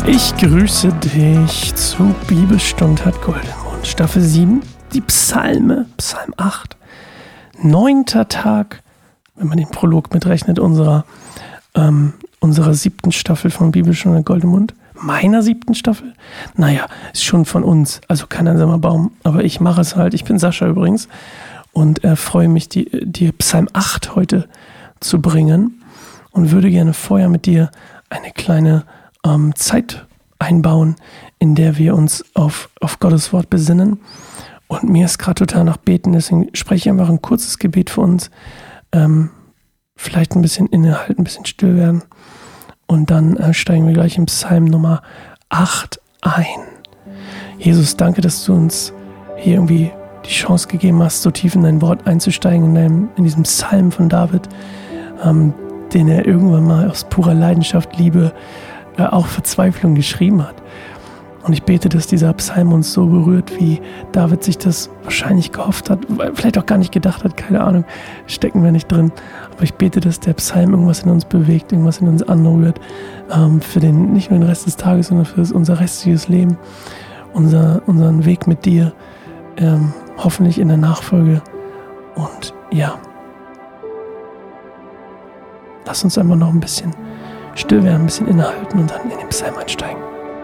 Ich grüße dich zu Bibelstunde hat Goldemund, Staffel 7, die Psalme, Psalm 8, 9. Tag, wenn man den Prolog mitrechnet, unserer 7. Staffel von Bibelstunde hat Goldemund. Meiner 7. Staffel? Naja, ist schon von uns, also kein einsamer Baum, aber ich mache es halt. Ich bin Sascha übrigens und freue mich, dir Psalm 8 heute zu bringen und würde gerne vorher mit dir eine kleine Zeit einbauen, in der wir uns auf Gottes Wort besinnen. Und mir ist gerade total nach Beten, deswegen spreche ich einfach ein kurzes Gebet für uns. Vielleicht ein bisschen innehalten, ein bisschen still werden. Und dann steigen wir gleich im Psalm Nummer 8 ein. Jesus, danke, dass du uns hier irgendwie die Chance gegeben hast, so tief in dein Wort einzusteigen, in diesem Psalm von David, den er irgendwann mal aus purer Leidenschaft, Liebe, auch Verzweiflung geschrieben hat. Und ich bete, dass dieser Psalm uns so berührt, wie David sich das wahrscheinlich gehofft hat, vielleicht auch gar nicht gedacht hat, keine Ahnung, stecken wir nicht drin. Aber ich bete, dass der Psalm irgendwas in uns bewegt, irgendwas in uns anrührt, für nicht nur den Rest des Tages, sondern für unser restliches Leben, unseren Weg mit dir, hoffentlich in der Nachfolge. Und ja, lass uns einfach noch ein bisschen still werden, ein bisschen innehalten und dann in den Psalm einsteigen.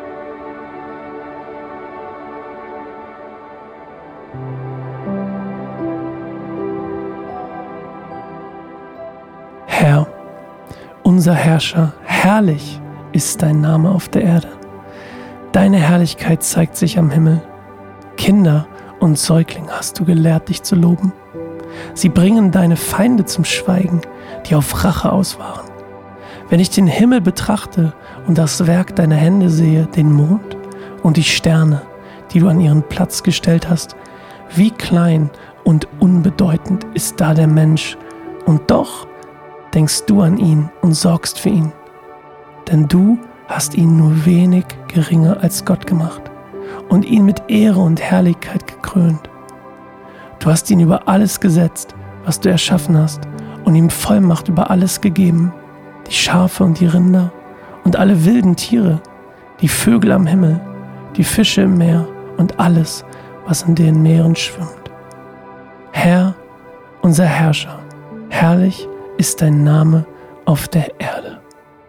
Herr, unser Herrscher, herrlich ist dein Name auf der Erde. Deine Herrlichkeit zeigt sich am Himmel. Kinder und Säuglinge hast du gelehrt, dich zu loben. Sie bringen deine Feinde zum Schweigen, die auf Rache aus waren. Wenn ich den Himmel betrachte und das Werk deiner Hände sehe, den Mond und die Sterne, die du an ihren Platz gestellt hast, wie klein und unbedeutend ist da der Mensch, und doch denkst du an ihn und sorgst für ihn. Denn du hast ihn nur wenig geringer als Gott gemacht und ihn mit Ehre und Herrlichkeit gekrönt. Du hast ihn über alles gesetzt, was du erschaffen hast, und ihm Vollmacht über alles gegeben, die Schafe und die Rinder und alle wilden Tiere, die Vögel am Himmel, die Fische im Meer und alles, was in den Meeren schwimmt. Herr, unser Herrscher, herrlich ist dein Name auf der Erde.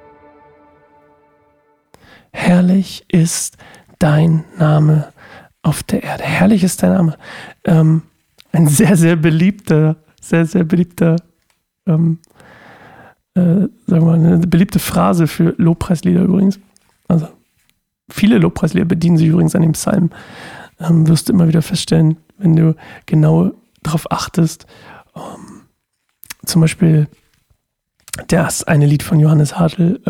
Herrlich ist dein Name auf der Erde. Herrlich ist dein Name. Ein sehr, sehr beliebter, sagen wir mal, eine beliebte Phrase für Lobpreislieder übrigens. Also viele Lobpreislieder bedienen sich übrigens an dem Psalm. Wirst du immer wieder feststellen, wenn du genau darauf achtest. Zum Beispiel das eine Lied von Johannes Hartl.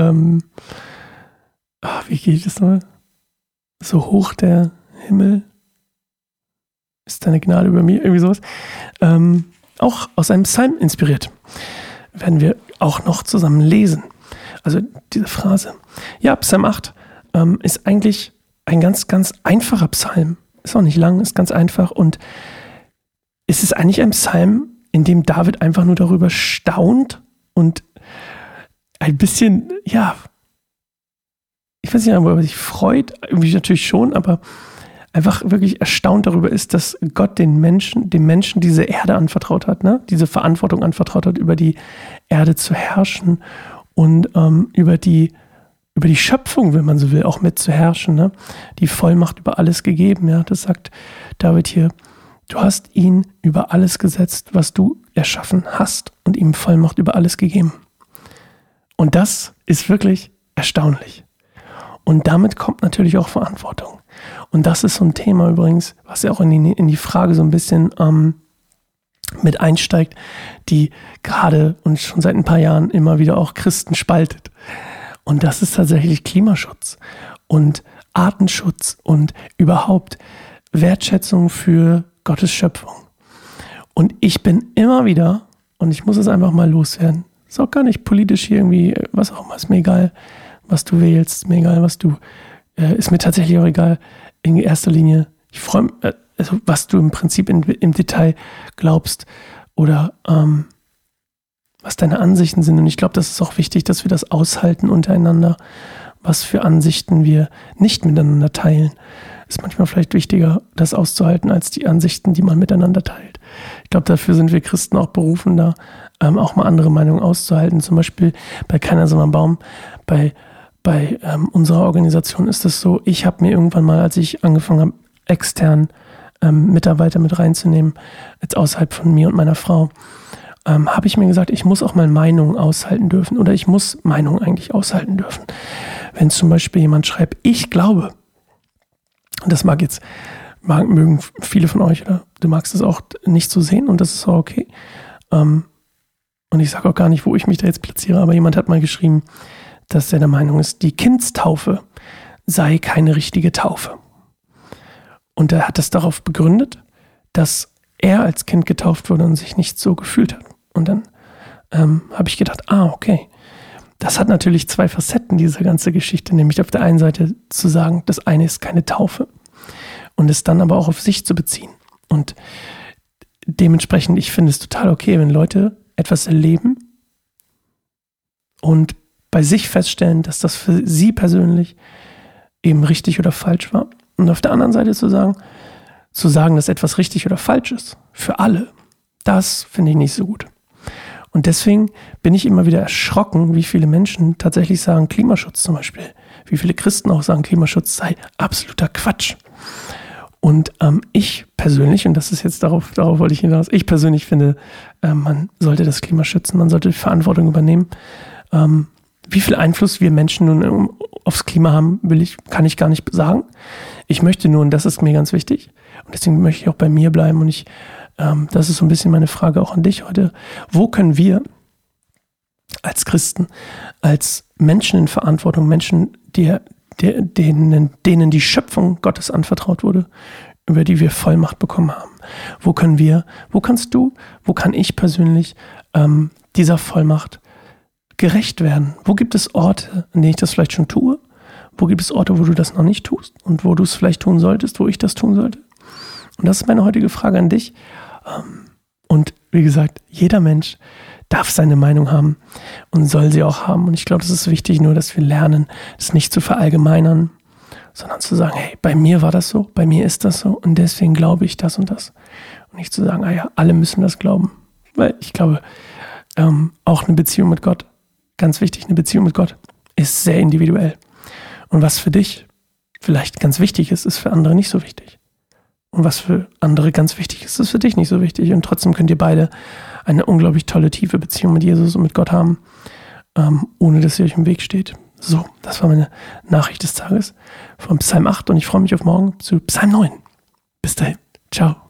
Wie geht es nochmal? So hoch der Himmel ist deine Gnade über mir, irgendwie sowas. Auch aus einem Psalm inspiriert. Werden wir auch noch zusammen lesen. Also diese Phrase. Ja, Psalm 8 ist eigentlich ein ganz, ganz einfacher Psalm. Ist auch nicht lang, ist ganz einfach. Und es ist eigentlich ein Psalm, in dem David einfach nur darüber staunt und ein bisschen, ja, ich weiß nicht, ob er sich freut, irgendwie natürlich schon, aber einfach wirklich erstaunt darüber ist, dass Gott dem Menschen diese Erde anvertraut hat, ne? Diese Verantwortung anvertraut hat, über die Erde zu herrschen und über die Schöpfung, wenn man so will, auch mit zu herrschen, ne? Die Vollmacht über alles gegeben, ja, das sagt David hier. Du hast ihn über alles gesetzt, was du erschaffen hast, und ihm Vollmacht über alles gegeben. Und das ist wirklich erstaunlich. Und damit kommt natürlich auch Verantwortung. Und das ist so ein Thema übrigens, was ja auch in die Frage so ein bisschen mit einsteigt, die gerade und schon seit ein paar Jahren immer wieder auch Christen spaltet. Und das ist tatsächlich Klimaschutz und Artenschutz und überhaupt Wertschätzung für Gottes Schöpfung. Und ich bin immer wieder, und ich muss es einfach mal loswerden, ist auch gar nicht politisch hier irgendwie, was auch immer, ist mir egal, was du wählst, ist mir egal, ist mir tatsächlich auch egal, in erster Linie, ich freue mich, also was du im Prinzip im Detail glaubst oder was deine Ansichten sind. Und ich glaube, das ist auch wichtig, dass wir das aushalten untereinander, was für Ansichten wir nicht miteinander teilen. Ist manchmal vielleicht wichtiger, das auszuhalten, als die Ansichten, die man miteinander teilt. Ich glaube, dafür sind wir Christen auch berufen, da auch mal andere Meinungen auszuhalten. Zum Beispiel bei Keiner so ein Baum, bei unserer Organisation ist es so, ich habe mir irgendwann mal, als ich angefangen habe, extern Mitarbeiter mit reinzunehmen, jetzt außerhalb von mir und meiner Frau, habe ich mir gesagt, ich muss auch mal Meinungen aushalten dürfen oder ich muss Meinungen eigentlich aushalten dürfen. Wenn zum Beispiel jemand schreibt, ich glaube, und das mögen viele von euch oder du magst es auch nicht so sehen und das ist auch okay. Und ich sage auch gar nicht, wo ich mich da jetzt platziere, aber jemand hat mal geschrieben, dass er der Meinung ist, die Kindstaufe sei keine richtige Taufe. Und er hat das darauf begründet, dass er als Kind getauft wurde und sich nicht so gefühlt hat. Und dann habe ich gedacht, okay, das hat natürlich zwei Facetten, diese ganze Geschichte, nämlich auf der einen Seite zu sagen, das eine ist keine Taufe und es dann aber auch auf sich zu beziehen. Und dementsprechend, ich finde es total okay, wenn Leute etwas erleben und bei sich feststellen, dass das für sie persönlich eben richtig oder falsch war. Und auf der anderen Seite zu sagen, dass etwas richtig oder falsch ist, für alle, das finde ich nicht so gut. Und deswegen bin ich immer wieder erschrocken, wie viele Menschen tatsächlich sagen, Klimaschutz zum Beispiel, wie viele Christen auch sagen, Klimaschutz sei absoluter Quatsch. Und ich persönlich, und das ist jetzt darauf wollte ich hinaus, ich persönlich finde, man sollte das Klima schützen, man sollte Verantwortung übernehmen. Wie viel Einfluss wir Menschen nun aufs Klima haben, kann ich gar nicht sagen. Ich möchte nur, und das ist mir ganz wichtig, und deswegen möchte ich auch bei mir bleiben, und das ist so ein bisschen meine Frage auch an dich heute, wo können wir als Christen, als Menschen in Verantwortung, Menschen, denen die Schöpfung Gottes anvertraut wurde, über die wir Vollmacht bekommen haben, wo kann ich persönlich dieser Vollmacht gerecht werden? Wo gibt es Orte, an denen ich das vielleicht schon tue? Wo gibt es Orte, wo du das noch nicht tust und wo du es vielleicht tun solltest, wo ich das tun sollte? Und das ist meine heutige Frage an dich. Und wie gesagt, jeder Mensch darf seine Meinung haben und soll sie auch haben. Und ich glaube, es ist wichtig nur, dass wir lernen, das nicht zu verallgemeinern, sondern zu sagen, hey, bei mir war das so, bei mir ist das so und deswegen glaube ich das und das. Und nicht zu sagen, alle müssen das glauben. Weil ich glaube, auch eine Beziehung mit Gott, ganz wichtig, eine Beziehung mit Gott ist sehr individuell. Und was für dich vielleicht ganz wichtig ist, ist für andere nicht so wichtig. Und was für andere ganz wichtig ist, ist für dich nicht so wichtig. Und trotzdem könnt ihr beide eine unglaublich tolle, tiefe Beziehung mit Jesus und mit Gott haben, ohne dass ihr euch im Weg steht. So, das war meine Nachricht des Tages von Psalm 8 und ich freue mich auf morgen zu Psalm 9. Bis dahin. Ciao.